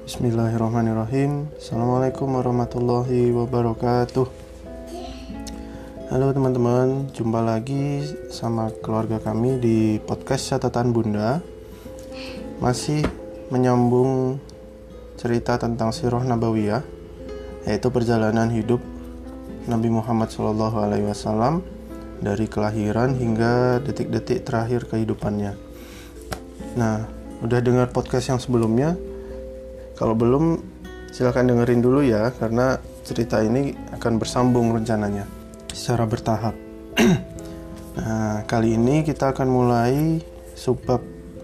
Bismillahirrahmanirrahim. Assalamualaikum warahmatullahi wabarakatuh. Halo teman-teman, jumpa lagi sama keluarga kami di podcast Catatan Bunda. Masih menyambung cerita tentang Sirah Nabawiyah, yaitu perjalanan hidup Nabi Muhammad SAW dari kelahiran hingga detik-detik terakhir kehidupannya. Nah, udah dengar podcast yang sebelumnya? Kalau belum, silakan dengerin dulu ya, karena cerita ini akan bersambung rencananya secara bertahap. Nah, kali ini kita akan mulai subbab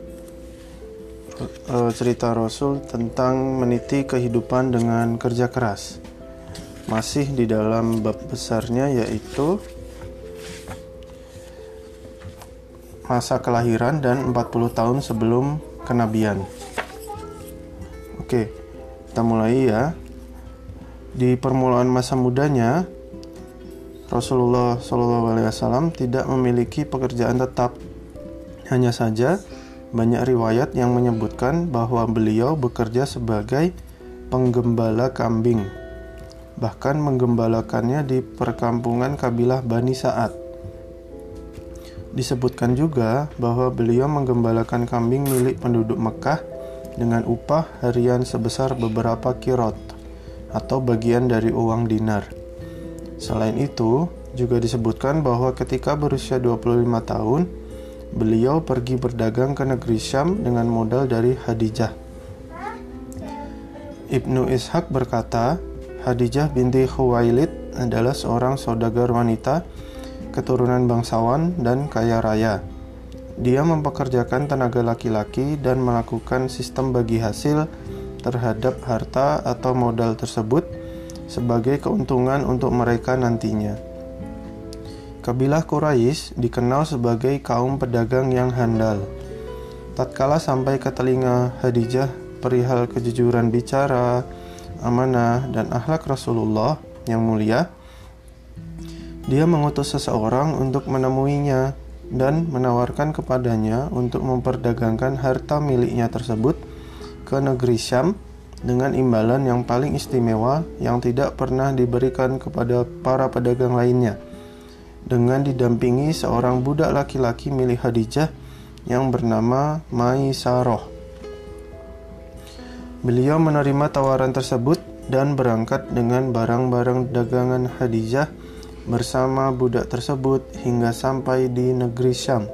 cerita Rasul tentang meniti kehidupan dengan kerja keras. Masih di dalam bab besarnya, yaitu masa kelahiran dan 40 tahun sebelum kenabian. Oke, kita mulai ya. Di permulaan masa mudanya, Rasulullah SAW tidak memiliki pekerjaan tetap. Hanya saja, banyak riwayat yang menyebutkan bahwa beliau bekerja sebagai penggembala kambing. Bahkan menggembalakannya di perkampungan kabilah Bani Sa'ad. Disebutkan juga bahwa beliau menggembalakan kambing milik penduduk Mekah dengan upah harian sebesar beberapa kirot atau bagian dari uang dinar. Selain itu, juga disebutkan bahwa ketika berusia 25 tahun, beliau pergi berdagang ke negeri Syam dengan modal dari Khadijah. Ibnu Ishaq berkata, Khadijah binti Khuwailid adalah seorang saudagar wanita, keturunan bangsawan dan kaya raya. Dia mempekerjakan tenaga laki-laki dan melakukan sistem bagi hasil terhadap harta atau modal tersebut sebagai keuntungan untuk mereka nantinya. Kabilah Quraisy dikenal sebagai kaum pedagang yang handal. Tatkala sampai ke telinga Khadijah perihal kejujuran bicara, amanah, dan akhlak Rasulullah yang mulia, dia mengutus seseorang untuk menemuinya dan menawarkan kepadanya untuk memperdagangkan harta miliknya tersebut ke negeri Syam dengan imbalan yang paling istimewa yang tidak pernah diberikan kepada para pedagang lainnya, dengan didampingi seorang budak laki-laki milik Khadijah yang bernama Maisarah. Beliau menerima tawaran tersebut dan berangkat dengan barang-barang dagangan Khadijah bersama budak tersebut hingga sampai di negeri Syam.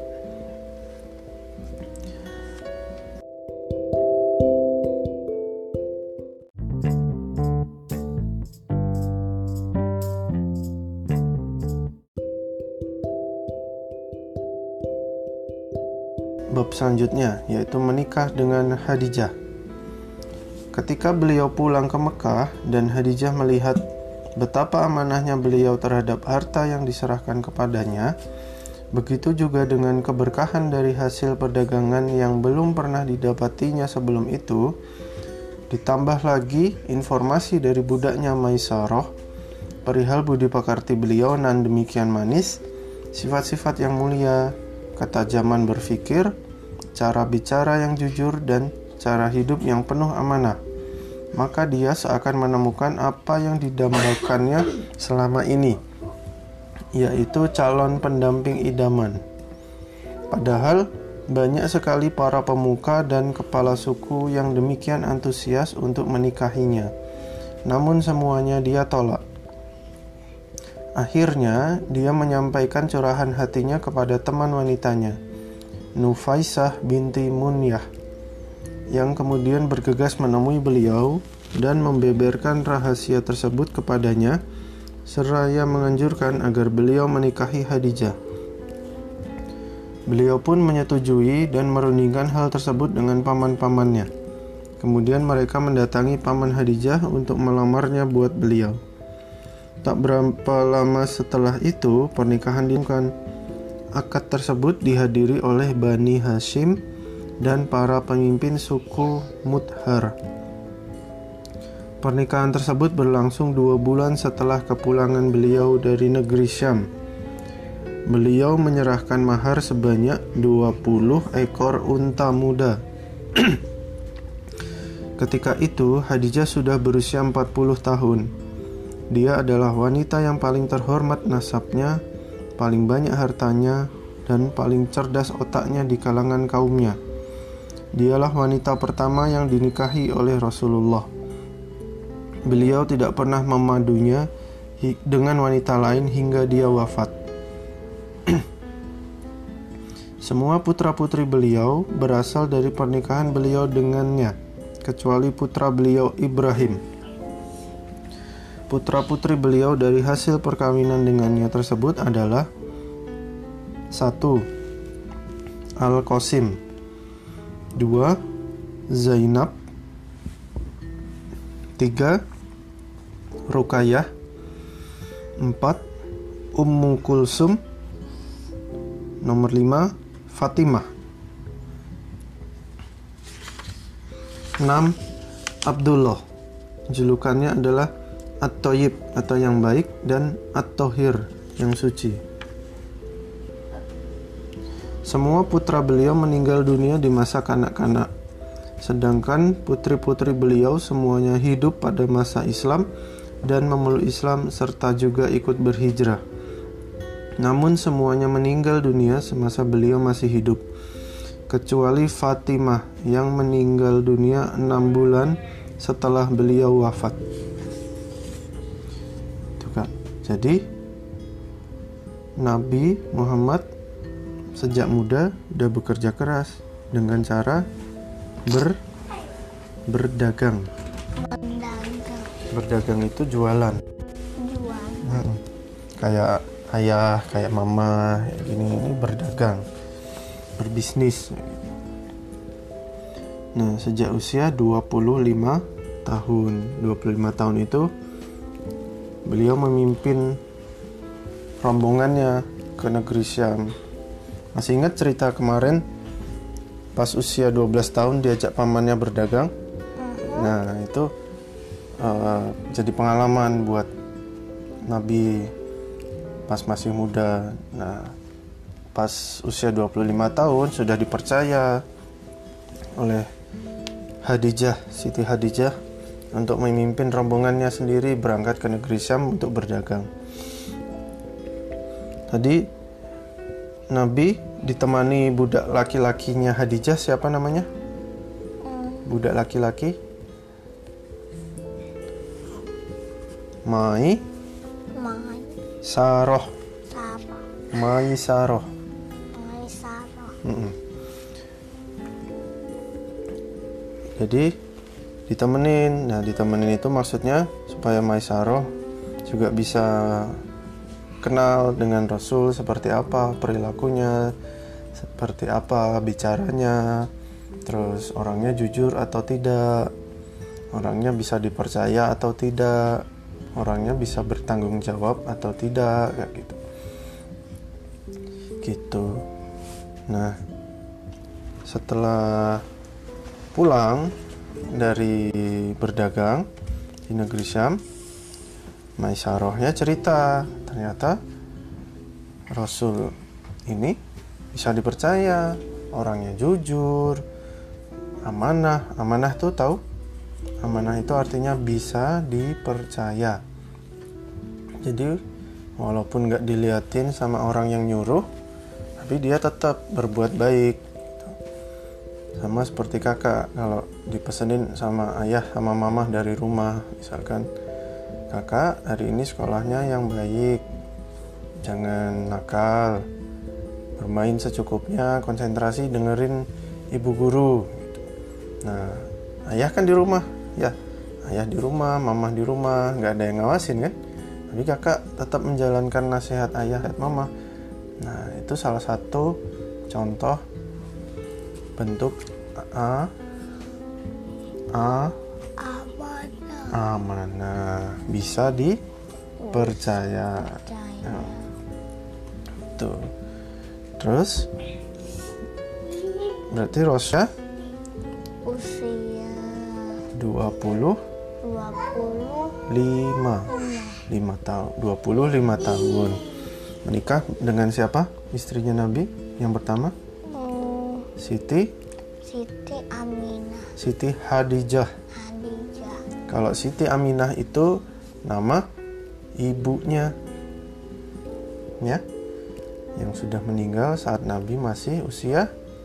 Bab selanjutnya yaitu menikah dengan Khadijah. Ketika beliau pulang ke Mekah dan Khadijah melihat betapa amanahnya beliau terhadap harta yang diserahkan kepadanya, begitu juga dengan keberkahan dari hasil perdagangan yang belum pernah didapatinya sebelum itu, ditambah lagi informasi dari budaknya Maisarah perihal budi pekerti beliau nan demikian manis, sifat-sifat yang mulia, ketajaman berfikir, cara bicara yang jujur, dan cara hidup yang penuh amanah, maka dia seakan menemukan apa yang didambakannya selama ini, yaitu calon pendamping idaman. Padahal banyak sekali para pemuka dan kepala suku yang demikian antusias untuk menikahinya, namun semuanya dia tolak. Akhirnya dia menyampaikan curahan hatinya kepada teman wanitanya, Nufaisah binti Munyah, yang kemudian bergegas menemui beliau dan membeberkan rahasia tersebut kepadanya, seraya menganjurkan agar beliau menikahi Khadijah. Beliau pun menyetujui dan merundingkan hal tersebut dengan paman-pamannya. Kemudian mereka mendatangi paman Khadijah untuk melamarnya buat beliau. Tak berapa lama setelah itu, pernikahan dilakukan. Akad tersebut dihadiri oleh Bani Hashim dan para pemimpin suku Mudhar. Pernikahan tersebut berlangsung 2 bulan setelah kepulangan beliau dari negeri Syam. Beliau menyerahkan mahar sebanyak 20 ekor unta muda. Ketika itu Khadijah sudah berusia 40 tahun. Dia adalah wanita yang paling terhormat nasabnya, paling banyak hartanya, dan paling cerdas otaknya di kalangan kaumnya. Dialah wanita pertama yang dinikahi oleh Rasulullah. Beliau tidak pernah memadunya dengan wanita lain hingga dia wafat. Semua putra-putri beliau berasal dari pernikahan beliau dengannya, kecuali putra beliau Ibrahim. Putra-putri beliau dari hasil perkawinan dengannya tersebut adalah 1. Al-Qasim, 2. Zainab, 3. Ruqayyah, 4. Ummu Kulsum, nomor 5. Fatimah, 6. Abdullah, julukannya adalah At-Thayyib atau yang baik, dan At-Thahir yang suci. Semua putra beliau meninggal dunia di masa kanak-kanak, sedangkan putri-putri beliau semuanya hidup pada masa Islam dan memeluk Islam serta juga ikut berhijrah. Namun semuanya meninggal dunia semasa beliau masih hidup, kecuali Fatimah yang meninggal dunia 6 bulan setelah beliau wafat. Itu Kak. Jadi Nabi Muhammad sejak muda udah bekerja keras dengan cara berdagang. Berdagang itu jualan. Kayak ayah, kayak mama, ini berdagang, berbisnis. Nah, sejak usia 25 tahun. 25 tahun itu beliau memimpin rombongannya ke negeri Syam. Masih ingat cerita kemarin pas usia 12 tahun diajak pamannya berdagang? Nah, itu jadi pengalaman buat Nabi pas masih muda. Nah, pas usia 25 tahun sudah dipercaya oleh Khadijah, Siti Khadijah, untuk memimpin rombongannya sendiri berangkat ke negeri Syam untuk berdagang. Tadi Nabi ditemani budak laki-lakinya Khadijah, siapa namanya? Budak laki-laki? Saroh. Maisaroh. Jadi ditemenin. Nah, ditemenin itu maksudnya supaya Maisaroh juga bisa kenal dengan Rasul, seperti apa perilakunya, seperti apa bicaranya, terus orangnya jujur atau tidak, orangnya bisa dipercaya atau tidak, orangnya bisa bertanggung jawab atau tidak, kayak gitu. Nah, setelah pulang dari berdagang di negeri Syam, Maisarohnya cerita, ternyata Rasul ini bisa dipercaya, orangnya jujur, amanah. Amanah tuh tahu? Amanah itu artinya bisa dipercaya. Jadi walaupun gak diliatin sama orang yang nyuruh, tapi dia tetap berbuat baik. Sama seperti kakak, kalau dipesenin sama ayah sama mama dari rumah, misalkan, kakak hari ini sekolahnya yang baik, jangan nakal, bermain secukupnya, konsentrasi dengerin ibu guru. Nah, ayah kan di rumah, ya, ayah di rumah, mama di rumah, nggak ada yang ngawasin kan, tapi kakak tetap menjalankan nasihat ayah dan mama. Nah, itu salah satu contoh bentuk amanah, bisa dipercaya. Nah, tuh. Terus berarti Rosya usia 25 tahun. Menikah dengan siapa? Istrinya Nabi yang pertama? Siti Aminah. Siti Khadijah. Kalau Siti Aminah itu nama ibunya, ya, yang sudah meninggal saat Nabi masih usia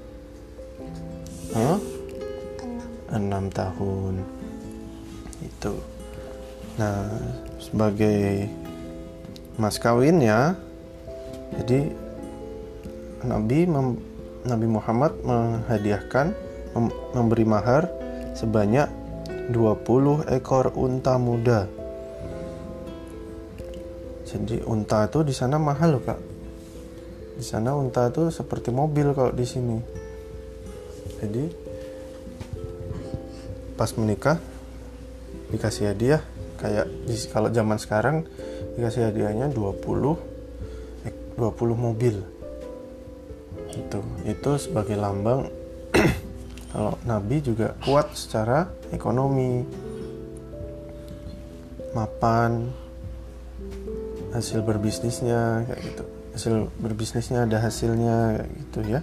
6 tahun. Itu. Nah, sebagai mas kawinnya, jadi Nabi Muhammad menghadiahkan, memberi mahar sebanyak 20 ekor unta muda. Jadi unta itu di sana mahal loh, Kak. Di sana unta itu seperti mobil kalau di sini. Jadi pas menikah dikasih hadiah kayak kalau zaman sekarang dikasih hadiahnya 20 mobil. Itu sebagai lambang kalau Nabi juga kuat secara ekonomi, mapan, hasil berbisnisnya kayak gitu. Hasil berbisnisnya ada hasilnya kayak gitu ya.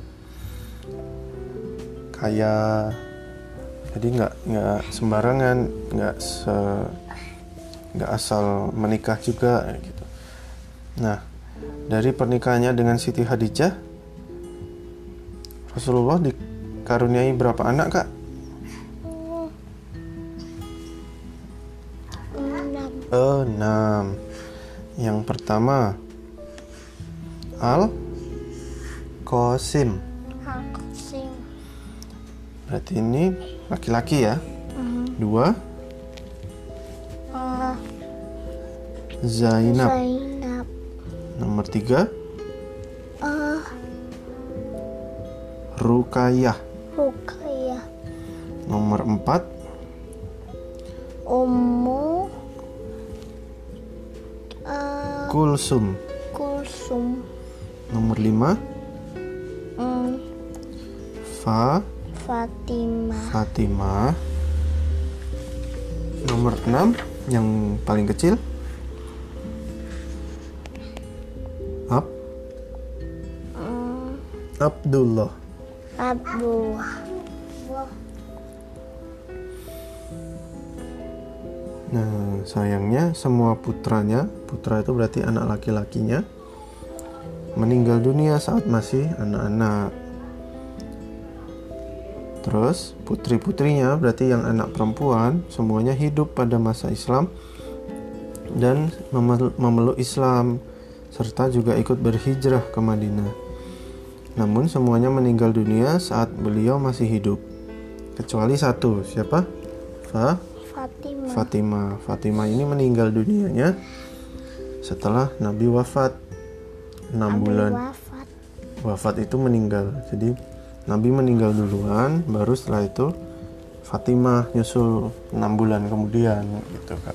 Kaya. Jadi nggak sembarangan, nggak asal menikah juga kayak gitu. Nah, dari pernikahannya dengan Siti Khadijah, Rasulullah dikaruniai berapa anak, Kak? 6. Yang pertama Al-Qasim. Berarti ini laki-laki ya. 2 Zainab. Nomor 3 Ruqayyah. Nomor 4 Ummu Kulsum. Nomor 5 Fatimah. Nomor 6 yang paling kecil Abdullah. Nah, sayangnya semua putra itu berarti anak laki-lakinya, meninggal dunia saat masih anak-anak. Terus putri-putrinya berarti yang anak perempuan semuanya hidup pada masa Islam dan memeluk Islam serta juga ikut berhijrah ke Madinah. Namun semuanya meninggal dunia saat beliau masih hidup, kecuali satu. Siapa? Fatimah ini meninggal dunianya setelah Nabi wafat 6 bulan. Wafat itu meninggal. Jadi Nabi meninggal duluan, baru setelah itu Fatimah nyusul 6 bulan kemudian gitu, Kak.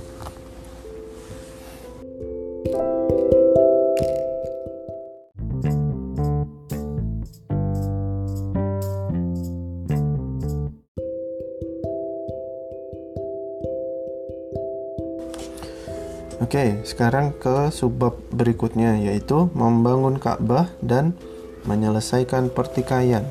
Oke, sekarang ke subbab berikutnya, yaitu membangun Ka'bah dan menyelesaikan pertikaian.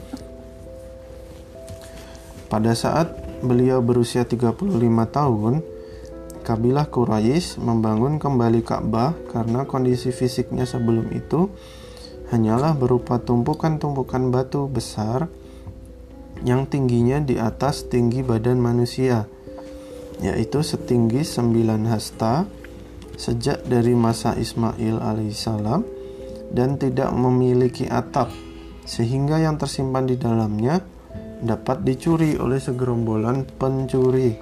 Pada saat beliau berusia 35 tahun, kabilah Quraisy membangun kembali Ka'bah karena kondisi fisiknya sebelum itu hanyalah berupa tumpukan-tumpukan batu besar yang tingginya di atas tinggi badan manusia, yaitu setinggi 9 hasta sejak dari masa Ismail alaihissalam, dan tidak memiliki atap sehingga yang tersimpan di dalamnya dapat dicuri oleh segerombolan pencuri.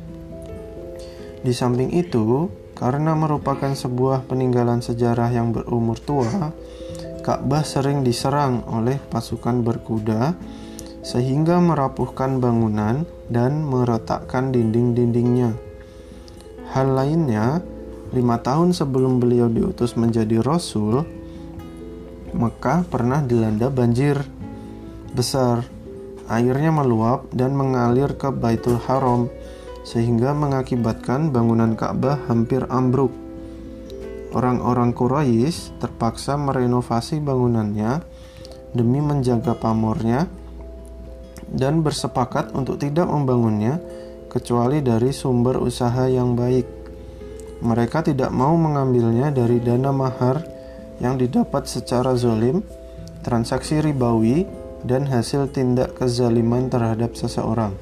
Di samping itu, karena merupakan sebuah peninggalan sejarah yang berumur tua, Ka'bah sering diserang oleh pasukan berkuda sehingga merapuhkan bangunan dan meretakkan dinding-dindingnya. Hal lainnya, 5 tahun sebelum beliau diutus menjadi Rasul, Mekah pernah dilanda banjir besar. Airnya meluap dan mengalir ke Baitul Haram sehingga mengakibatkan bangunan Ka'bah hampir ambruk. Orang-orang Quraisy terpaksa merenovasi bangunannya demi menjaga pamornya dan bersepakat untuk tidak membangunnya kecuali dari sumber usaha yang baik. Mereka tidak mau mengambilnya dari dana mahar yang didapat secara zalim, transaksi ribawi, dan hasil tindak kezaliman terhadap seseorang.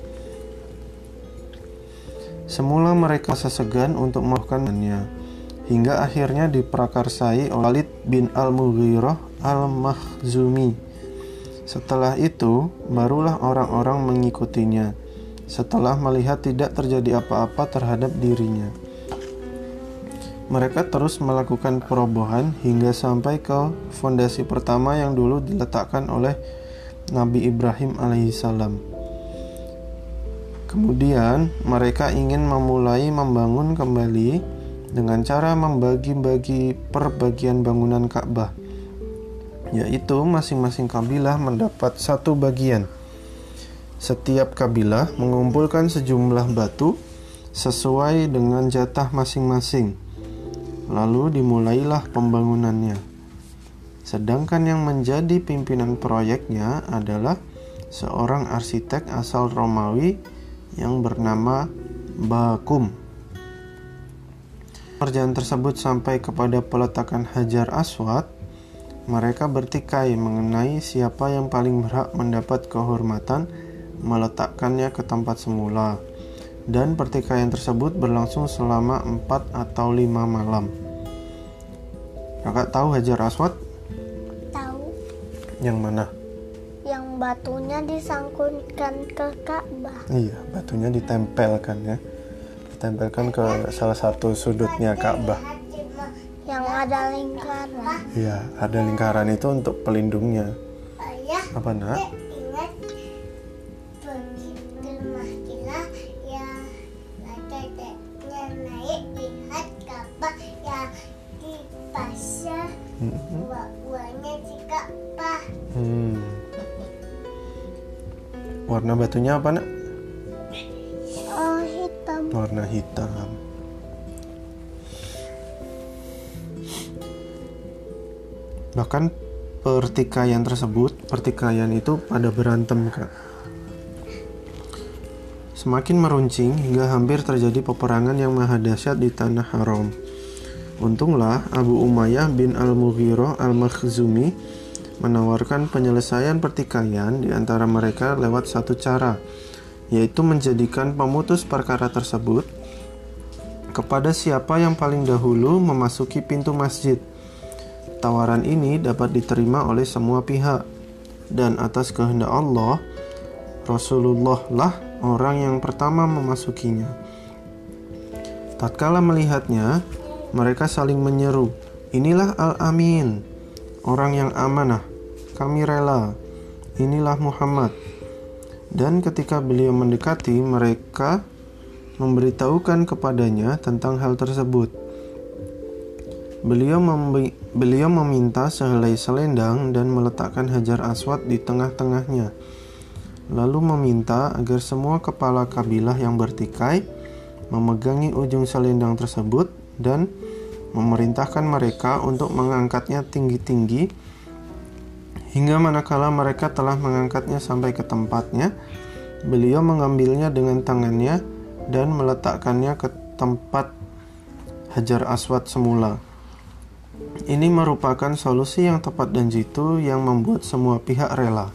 Semula mereka sesegan untuk melakukannya, hingga akhirnya diprakarsai oleh Khalid bin Al-Mughirah Al-Makhzumi. Setelah itu, barulah orang-orang mengikutinya, setelah melihat tidak terjadi apa-apa terhadap dirinya. Mereka terus melakukan perobohan hingga sampai ke fondasi pertama yang dulu diletakkan oleh Nabi Ibrahim alaihissalam. Kemudian mereka ingin memulai membangun kembali dengan cara membagi-bagi perbagian bangunan Ka'bah, yaitu masing-masing kabilah mendapat satu bagian. Setiap kabilah mengumpulkan sejumlah batu sesuai dengan jatah masing-masing. Lalu dimulailah pembangunannya. Sedangkan yang menjadi pimpinan proyeknya adalah seorang arsitek asal Romawi yang bernama Bakum. Pekerjaan tersebut sampai kepada peletakan Hajar Aswad. Mereka bertikai mengenai siapa yang paling berhak mendapat kehormatan meletakkannya ke tempat semula. Dan pertikaian tersebut berlangsung selama 4 atau 5 malam. Kakak tahu Hajar Aswad? Tahu. Yang mana? Yang batunya disangkutkan ke Ka'bah. Iya, batunya ditempelkan ya. Ditempelkan ke salah satu sudutnya Ka'bah. Yang ada lingkaran. Iya, ada lingkaran itu untuk pelindungnya. Apa nak? Ingat berkilah yang tetenya naik lihat Ka'bah yang dipasang buahnya di Ka'bah. Warna batunya apa nak? Hitam. Warna hitam. Bahkan pertikaian itu pada berantem Kak. Semakin meruncing hingga hampir terjadi peperangan yang maha dahsyat di tanah haram. Untunglah Abu Umayyah bin Al-Mughirah Al-Makhzumi menawarkan penyelesaian pertikaian di antara mereka lewat satu cara, yaitu menjadikan pemutus perkara tersebut kepada siapa yang paling dahulu memasuki pintu masjid. Tawaran ini dapat diterima oleh semua pihak, dan atas kehendak Allah, Rasulullah lah orang yang pertama memasukinya. Tatkala melihatnya, mereka saling menyeru, "Inilah Al-Amin, orang yang amanah, kami rela. Inilah Muhammad." Dan ketika beliau mendekati, mereka memberitahukan kepadanya tentang hal tersebut. Beliau meminta sehelai selendang dan meletakkan Hajar Aswad di tengah-tengahnya. Lalu meminta agar semua kepala kabilah yang bertikai memegangi ujung selendang tersebut dan memerintahkan mereka untuk mengangkatnya tinggi-tinggi hingga manakala mereka telah mengangkatnya sampai ke tempatnya. Beliau mengambilnya dengan tangannya dan meletakkannya ke tempat Hajar Aswad semula. Ini merupakan solusi yang tepat dan jitu yang membuat semua pihak rela.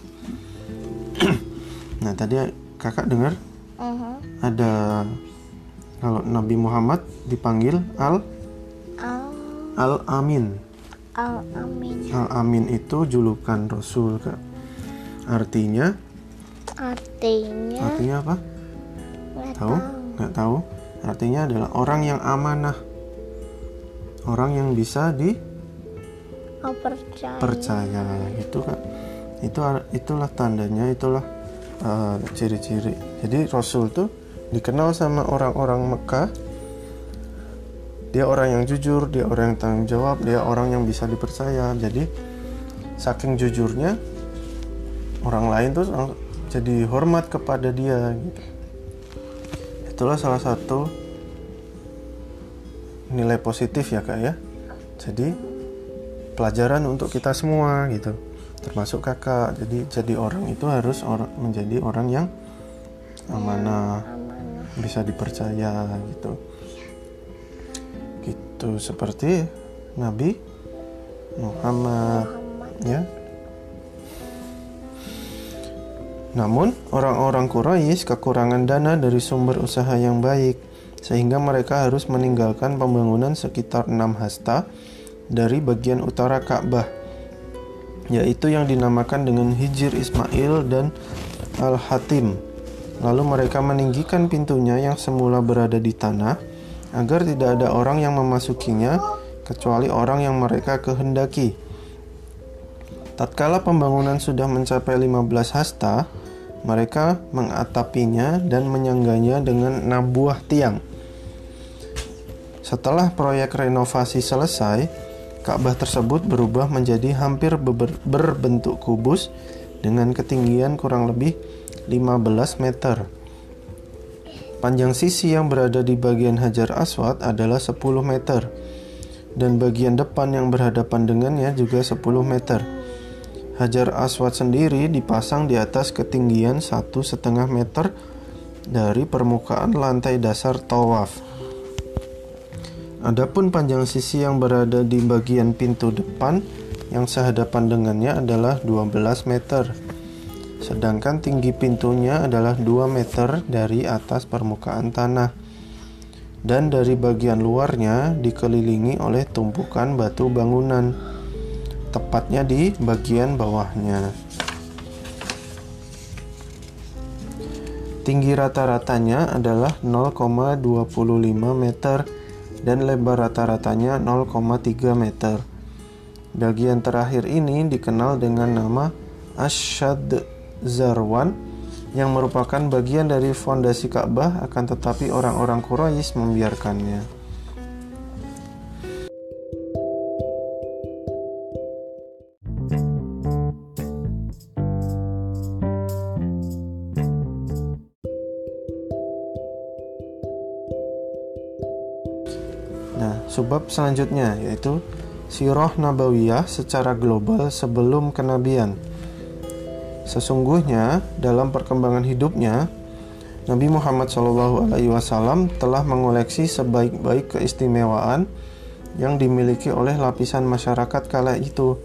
Nah, tadi kakak dengar ada kalau Nabi Muhammad dipanggil Al-Amin. Al-Amin. Al-Amin itu julukan Rasul, Kak. Artinya apa? Tahu? Nggak tahu. Artinya adalah orang yang amanah. Orang yang bisa percaya gitu kan. Itulah tandanya, itulah ciri-ciri. Jadi Rasul tuh dikenal sama orang-orang Mekah. Dia orang yang jujur, dia orang yang tanggung jawab, dia orang yang bisa dipercaya. Jadi saking jujurnya, orang lain tuh jadi hormat kepada dia gitu. Itulah salah satu nilai positif ya Kak ya. Jadi pelajaran untuk kita semua gitu, termasuk kakak. Jadi orang itu harus menjadi orang yang amanah. bisa dipercaya gitu. Gitu seperti Nabi Muhammad ya. Namun orang-orang Quraisy kekurangan dana dari sumber usaha yang baik, sehingga mereka harus meninggalkan pembangunan sekitar 6 hasta dari bagian utara Ka'bah, yaitu yang dinamakan dengan Hijr Ismail dan Al-Hatim. Lalu mereka meninggikan pintunya yang semula berada di tanah, agar tidak ada orang yang memasukinya kecuali orang yang mereka kehendaki. Tatkala pembangunan sudah mencapai 15 hasta, mereka mengatapinya dan menyangganya dengan 6 buah tiang. Setelah proyek renovasi selesai, Ka'bah tersebut berubah menjadi hampir berbentuk kubus dengan ketinggian kurang lebih 15 meter. Panjang sisi yang berada di bagian Hajar Aswad adalah 10 meter, dan bagian depan yang berhadapan dengannya juga 10 meter. Hajar Aswad sendiri dipasang di atas ketinggian 1,5 meter dari permukaan lantai dasar tawaf. Adapun panjang sisi yang berada di bagian pintu depan yang sehadapan dengannya adalah 12 meter. Sedangkan tinggi pintunya adalah 2 meter dari atas permukaan tanah. Dan dari bagian luarnya dikelilingi oleh tumpukan batu bangunan, tepatnya di bagian bawahnya. Tinggi rata-ratanya adalah 0,25 meter dan lebar rata-ratanya 0,3 meter. Bagian terakhir ini dikenal dengan nama Ashad Zarwan, yang merupakan bagian dari fondasi Ka'bah, akan tetapi orang-orang Quraisy membiarkannya. Nah, subbab selanjutnya yaitu Sirah Nabawiyah secara global sebelum kenabian. Sesungguhnya dalam perkembangan hidupnya, Nabi Muhammad SAW telah mengoleksi sebaik-baik keistimewaan yang dimiliki oleh lapisan masyarakat kala itu.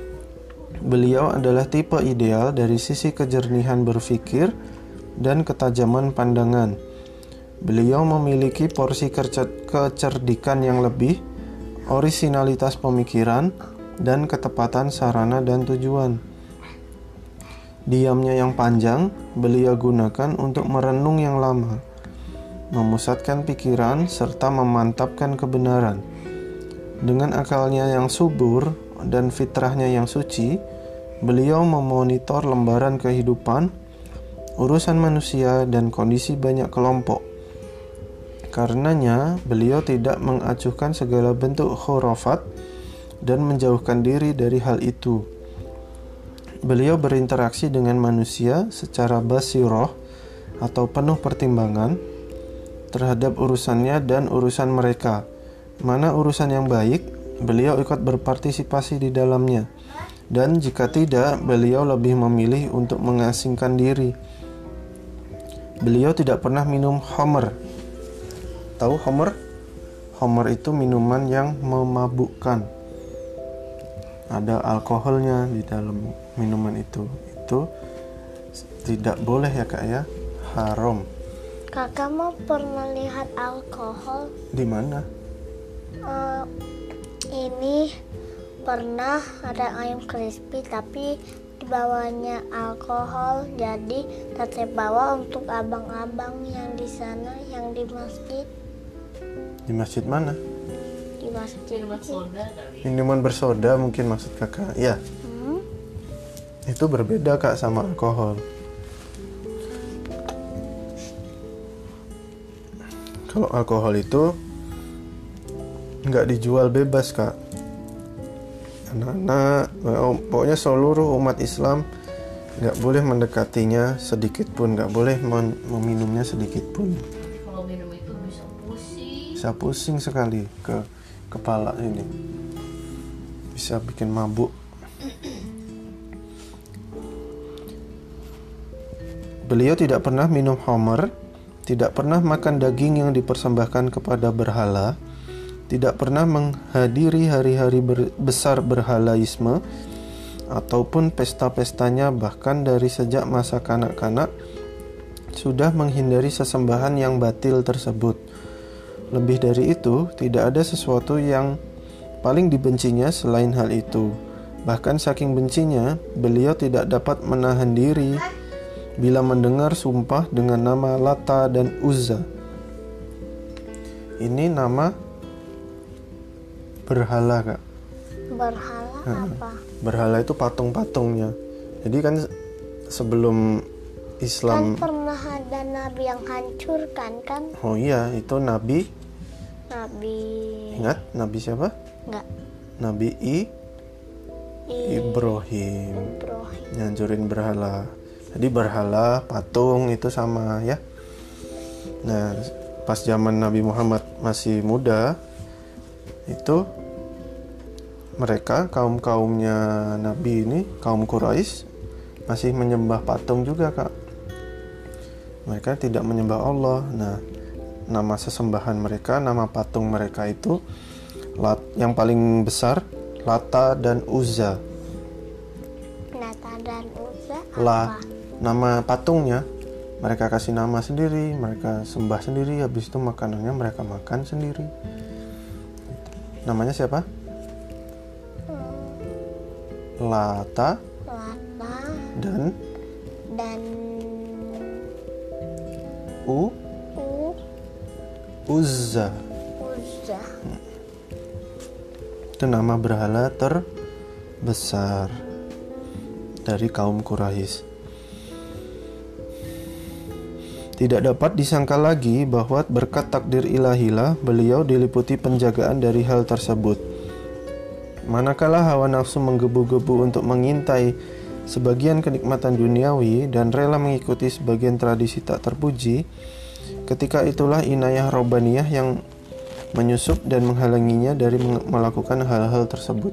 Beliau adalah tipe ideal dari sisi kejernihan berpikir dan ketajaman pandangan. Beliau memiliki porsi kecerdikan yang lebih, orisinalitas pemikiran, dan ketepatan sarana dan tujuan. Diamnya yang panjang, beliau gunakan untuk merenung yang lama, memusatkan pikiran, serta memantapkan kebenaran. Dengan akalnya yang subur dan fitrahnya yang suci, beliau memonitor lembaran kehidupan, urusan manusia, dan kondisi banyak kelompok. Karenanya, beliau tidak mengacuhkan segala bentuk khurafat dan menjauhkan diri dari hal itu. Beliau berinteraksi dengan manusia secara basirah atau penuh pertimbangan terhadap urusannya dan urusan mereka. Mana urusan yang baik, beliau ikut berpartisipasi di dalamnya. Dan jika tidak, beliau lebih memilih untuk mengasingkan diri. Beliau tidak pernah minum khamr. Tahu khamr? Khamr itu minuman yang memabukkan. Ada alkoholnya di dalam minuman itu. Itu tidak boleh ya Kak ya, haram. Kakak mau pernah lihat alkohol? Di mana? Ini pernah ada ayam crispy tapi di bawahnya alkohol, jadi teteh bawa untuk abang-abang yang di sana, yang di masjid. Di masjid mana? Di masjid. Minuman bersoda mungkin maksud kakak. Ya. Itu berbeda Kak sama alkohol. Kalau alkohol itu nggak dijual bebas Kak. Anak-anak, pokoknya seluruh umat Islam nggak boleh mendekatinya sedikit pun, nggak boleh meminumnya sedikit pun. Kalau minum itu bisa pusing. Bisa pusing sekali ke kepala ini, bisa bikin mabuk. Beliau tidak pernah minum khamr, tidak pernah makan daging yang dipersembahkan kepada berhala, tidak pernah menghadiri hari-hari besar berhalaisme, ataupun pesta-pestanya, bahkan dari sejak masa kanak-kanak sudah menghindari sesembahan yang batil tersebut. Lebih dari itu, tidak ada sesuatu yang paling dibencinya selain hal itu. Bahkan saking bencinya, beliau tidak dapat menahan diri bila mendengar sumpah dengan nama Lata dan Uzza. Ini nama berhala, Kak. Berhala apa? Berhala itu patung-patungnya. Jadi kan sebelum Islam, Kan pernah ada nabi yang hancurkan kan? oh iya, itu Nabi, Nabi ingat Nabi siapa? enggak Nabi Ibrahim, Ibrahim. ngancurin berhala. Jadi berhala, patung itu sama ya. Nah, pas zaman Nabi Muhammad masih muda, itu mereka kaumnya Nabi ini, kaum Quraisy, masih menyembah patung juga, Kak. Mereka tidak menyembah Allah. Nah, nama sesembahan mereka, nama patung mereka itu yang paling besar Lata dan Uzza. Lata dan Uzza La, apa? nama patungnya mereka kasih nama sendiri, mereka sembah sendiri, habis itu makanannya mereka makan sendiri. Namanya siapa? Lata Lata dan dan Uzza. Uzza. Itu nama berhala terbesar dari kaum Quraisy. Tidak dapat disangka lagi bahwa berkat takdir ilahilah beliau diliputi penjagaan dari hal tersebut. Manakala hawa nafsu menggebu-gebu untuk mengintai sebagian kenikmatan duniawi dan rela mengikuti sebagian tradisi tak terpuji, ketika itulah inayah robbaniyah yang menyusup dan menghalanginya dari melakukan hal-hal tersebut.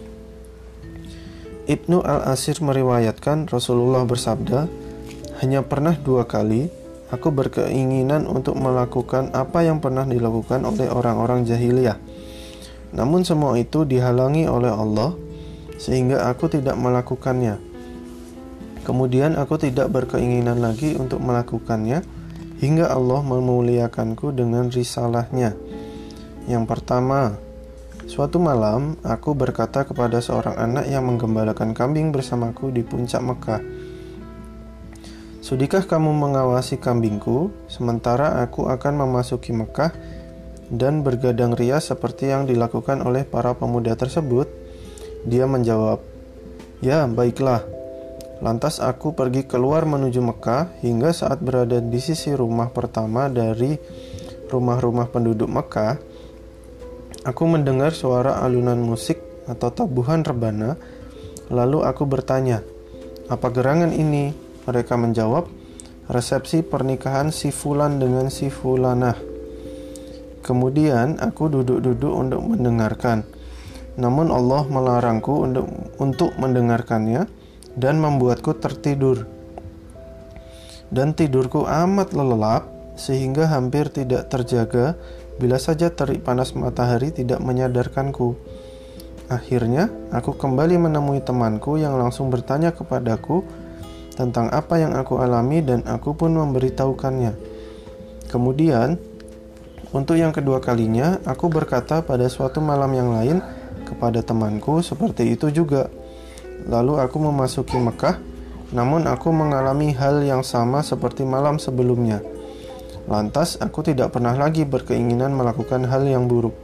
Ibnu Al-Asir meriwayatkan Rasulullah bersabda, "Hanya pernah 2 kali aku berkeinginan untuk melakukan apa yang pernah dilakukan oleh orang-orang jahiliyah. Namun semua itu dihalangi oleh Allah sehingga aku tidak melakukannya. Kemudian aku tidak berkeinginan lagi untuk melakukannya hingga Allah memuliakanku dengan risalahnya. Yang pertama, suatu malam aku berkata kepada seorang anak yang menggembalakan kambing bersamaku di puncak Mekah, 'Sudikah kamu mengawasi kambingku sementara aku akan memasuki Mekah dan bergadang rias seperti yang dilakukan oleh para pemuda tersebut?' Dia menjawab, 'Ya, baiklah.' Lantas aku pergi keluar menuju Mekah hingga saat berada di sisi rumah pertama dari rumah-rumah penduduk Mekah, aku mendengar suara alunan musik atau tabuhan rebana. Lalu aku bertanya, 'Apa gerangan ini?' Mereka menjawab, 'Resepsi pernikahan si Fulan dengan si Fulanah.' Kemudian aku duduk-duduk untuk mendengarkan. Namun Allah melarangku untuk mendengarkannya dan membuatku tertidur. Dan tidurku amat lelap sehingga hampir tidak terjaga bila saja terik panas matahari tidak menyadarkanku. Akhirnya aku kembali menemui temanku yang langsung bertanya kepadaku tentang apa yang aku alami dan aku pun memberitahukannya. Kemudian untuk yang kedua kalinya aku berkata pada suatu malam yang lain kepada temanku seperti itu juga. Lalu aku memasuki Mekah, namun aku mengalami hal yang sama seperti malam sebelumnya. Lantas aku tidak pernah lagi berkeinginan melakukan hal yang buruk."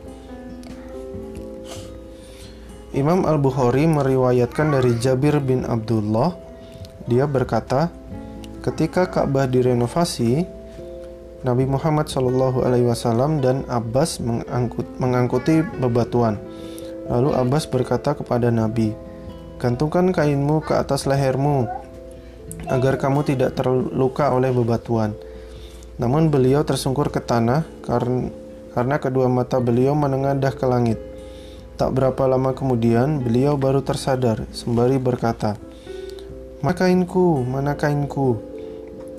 Imam Al-Bukhari meriwayatkan dari Jabir bin Abdullah, dia berkata, ketika Ka'bah direnovasi, Nabi Muhammad SAW dan Abbas mengangkuti bebatuan. Lalu Abbas berkata kepada Nabi, "Gantungkan kainmu ke atas lehermu, agar kamu tidak terluka oleh bebatuan." Namun beliau tersungkur ke tanah karena kedua mata beliau menengadah ke langit. Tak berapa lama kemudian beliau baru tersadar sembari berkata, "Mana kainku, mana kainku?"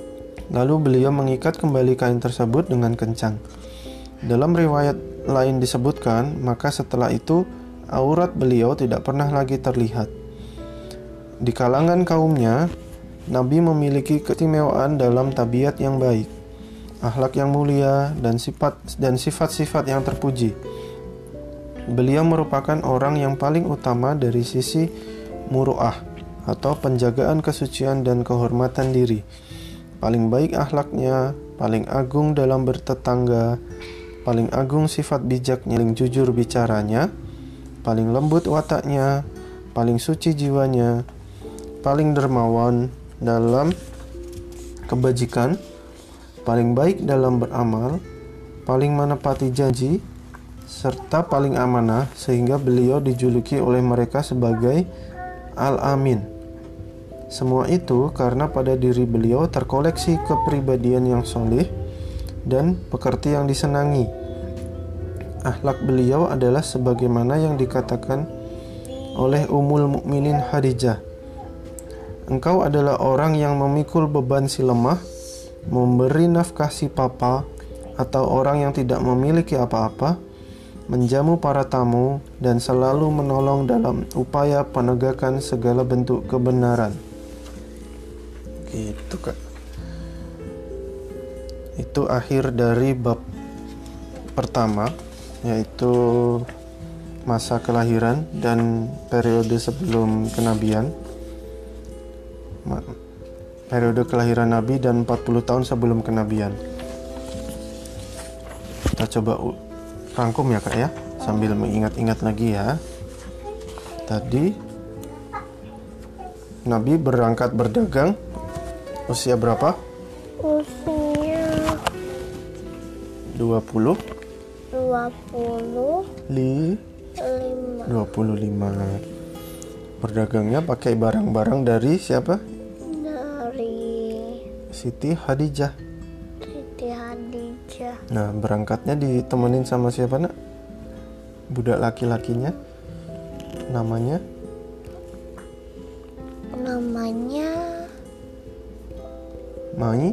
Lalu beliau mengikat kembali kain tersebut dengan kencang. Dalam riwayat lain disebutkan, maka setelah itu aurat beliau tidak pernah lagi terlihat. Di kalangan kaumnya, Nabi memiliki keistimewaan dalam tabiat yang baik, akhlak yang mulia, dan sifat-sifat yang terpuji. Beliau merupakan orang yang paling utama dari sisi muru'ah atau penjagaan kesucian dan kehormatan diri. Paling baik akhlaknya, paling agung dalam bertetangga, paling agung sifat bijaknya, paling jujur bicaranya, paling lembut wataknya, paling suci jiwanya, paling dermawan dalam kebajikan, paling baik dalam beramal, paling menepati janji, serta paling amanah, sehingga beliau dijuluki oleh mereka sebagai Al-Amin. Semua itu karena pada diri beliau terkoleksi kepribadian yang soleh dan pekerti yang disenangi. Akhlak beliau adalah sebagaimana yang dikatakan oleh Ummul Mukminin Khadijah. Engkau adalah orang yang memikul beban si lemah, memberi nafkah si papa, atau orang yang tidak memiliki apa-apa, menjamu para tamu, dan selalu menolong dalam upaya penegakan segala bentuk kebenaran. Gitu Kak. Itu akhir dari bab pertama, yaitu masa kelahiran dan periode sebelum kenabian. Periode kelahiran Nabi dan 40 tahun sebelum kenabian. Kita coba rangkum ya Kak ya, sambil mengingat-ingat lagi ya. Tadi Nabi berangkat berdagang usia berapa? Usia 25. Berdagangnya pakai barang-barang dari siapa? Dari Siti Khadijah. Nah, berangkatnya ditemenin sama siapa nak? Budak laki-lakinya. Namanya Mai.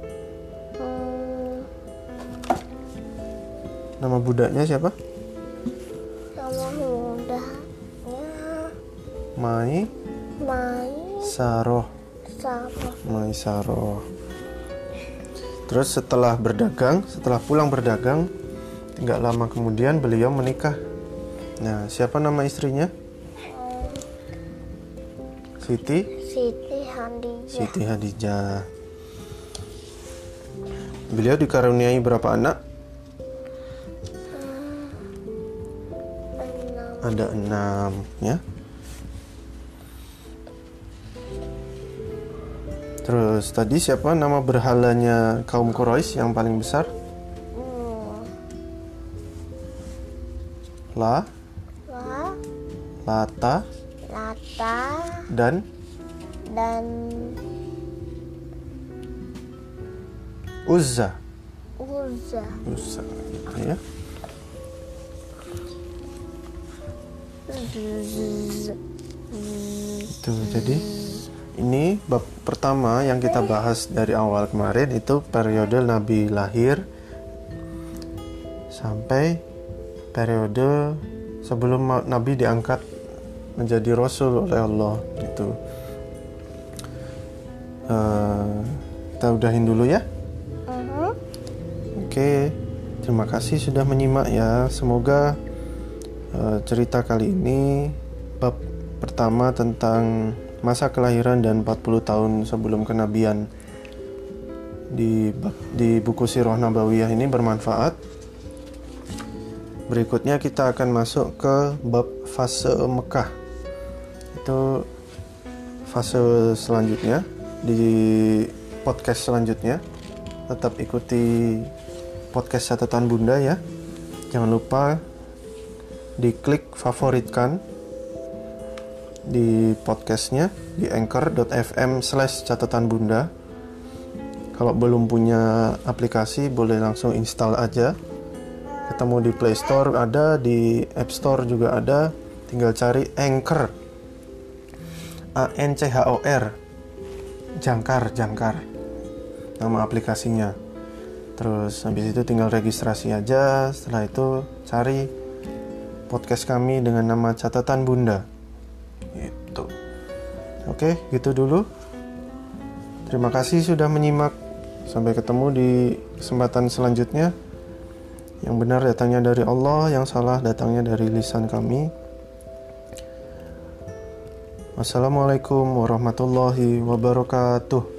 Nama budaknya siapa? Nama budaknya Mai Saroh. Mai Saroh. Terus setelah pulang berdagang, tidak lama kemudian beliau menikah. Nah, siapa nama istrinya? Siti Khadijah. Beliau dikaruniai berapa anak? 6. Ada 6 ya. Terus tadi siapa nama berhalanya kaum Quraisy yang paling besar? Lata dan Uzza gitu ya. Itu jadi ini bab pertama yang kita bahas dari awal kemarin, itu periode Nabi lahir sampai periode sebelum Nabi diangkat menjadi Rasul oleh Allah gitu. Kita udahin dulu ya. Oke, terima kasih sudah menyimak ya. Semoga cerita kali ini, bab pertama tentang masa kelahiran dan 40 tahun sebelum kenabian di buku Sirah Nabawiyah ini bermanfaat. Berikutnya kita akan masuk ke bab fase Mekah. Itu fase selanjutnya di podcast selanjutnya. Tetap ikuti podcast Catatan Bunda ya. Jangan lupa diklik favoritkan di podcastnya di anchor.fm/catatanbunda. Kalau belum punya aplikasi boleh langsung install aja. Ketemu di Play Store ada, di App Store juga ada. Tinggal cari Anchor, ANCHOR, jangkar. nama aplikasinya. Terus habis itu tinggal registrasi aja. Setelah itu cari podcast kami dengan nama Catatan Bunda. Gitu. Oke, gitu dulu. Terima kasih sudah menyimak. Sampai ketemu di kesempatan selanjutnya. Yang benar datangnya dari Allah, yang salah datangnya dari lisan kami. Wassalamualaikum warahmatullahi wabarakatuh.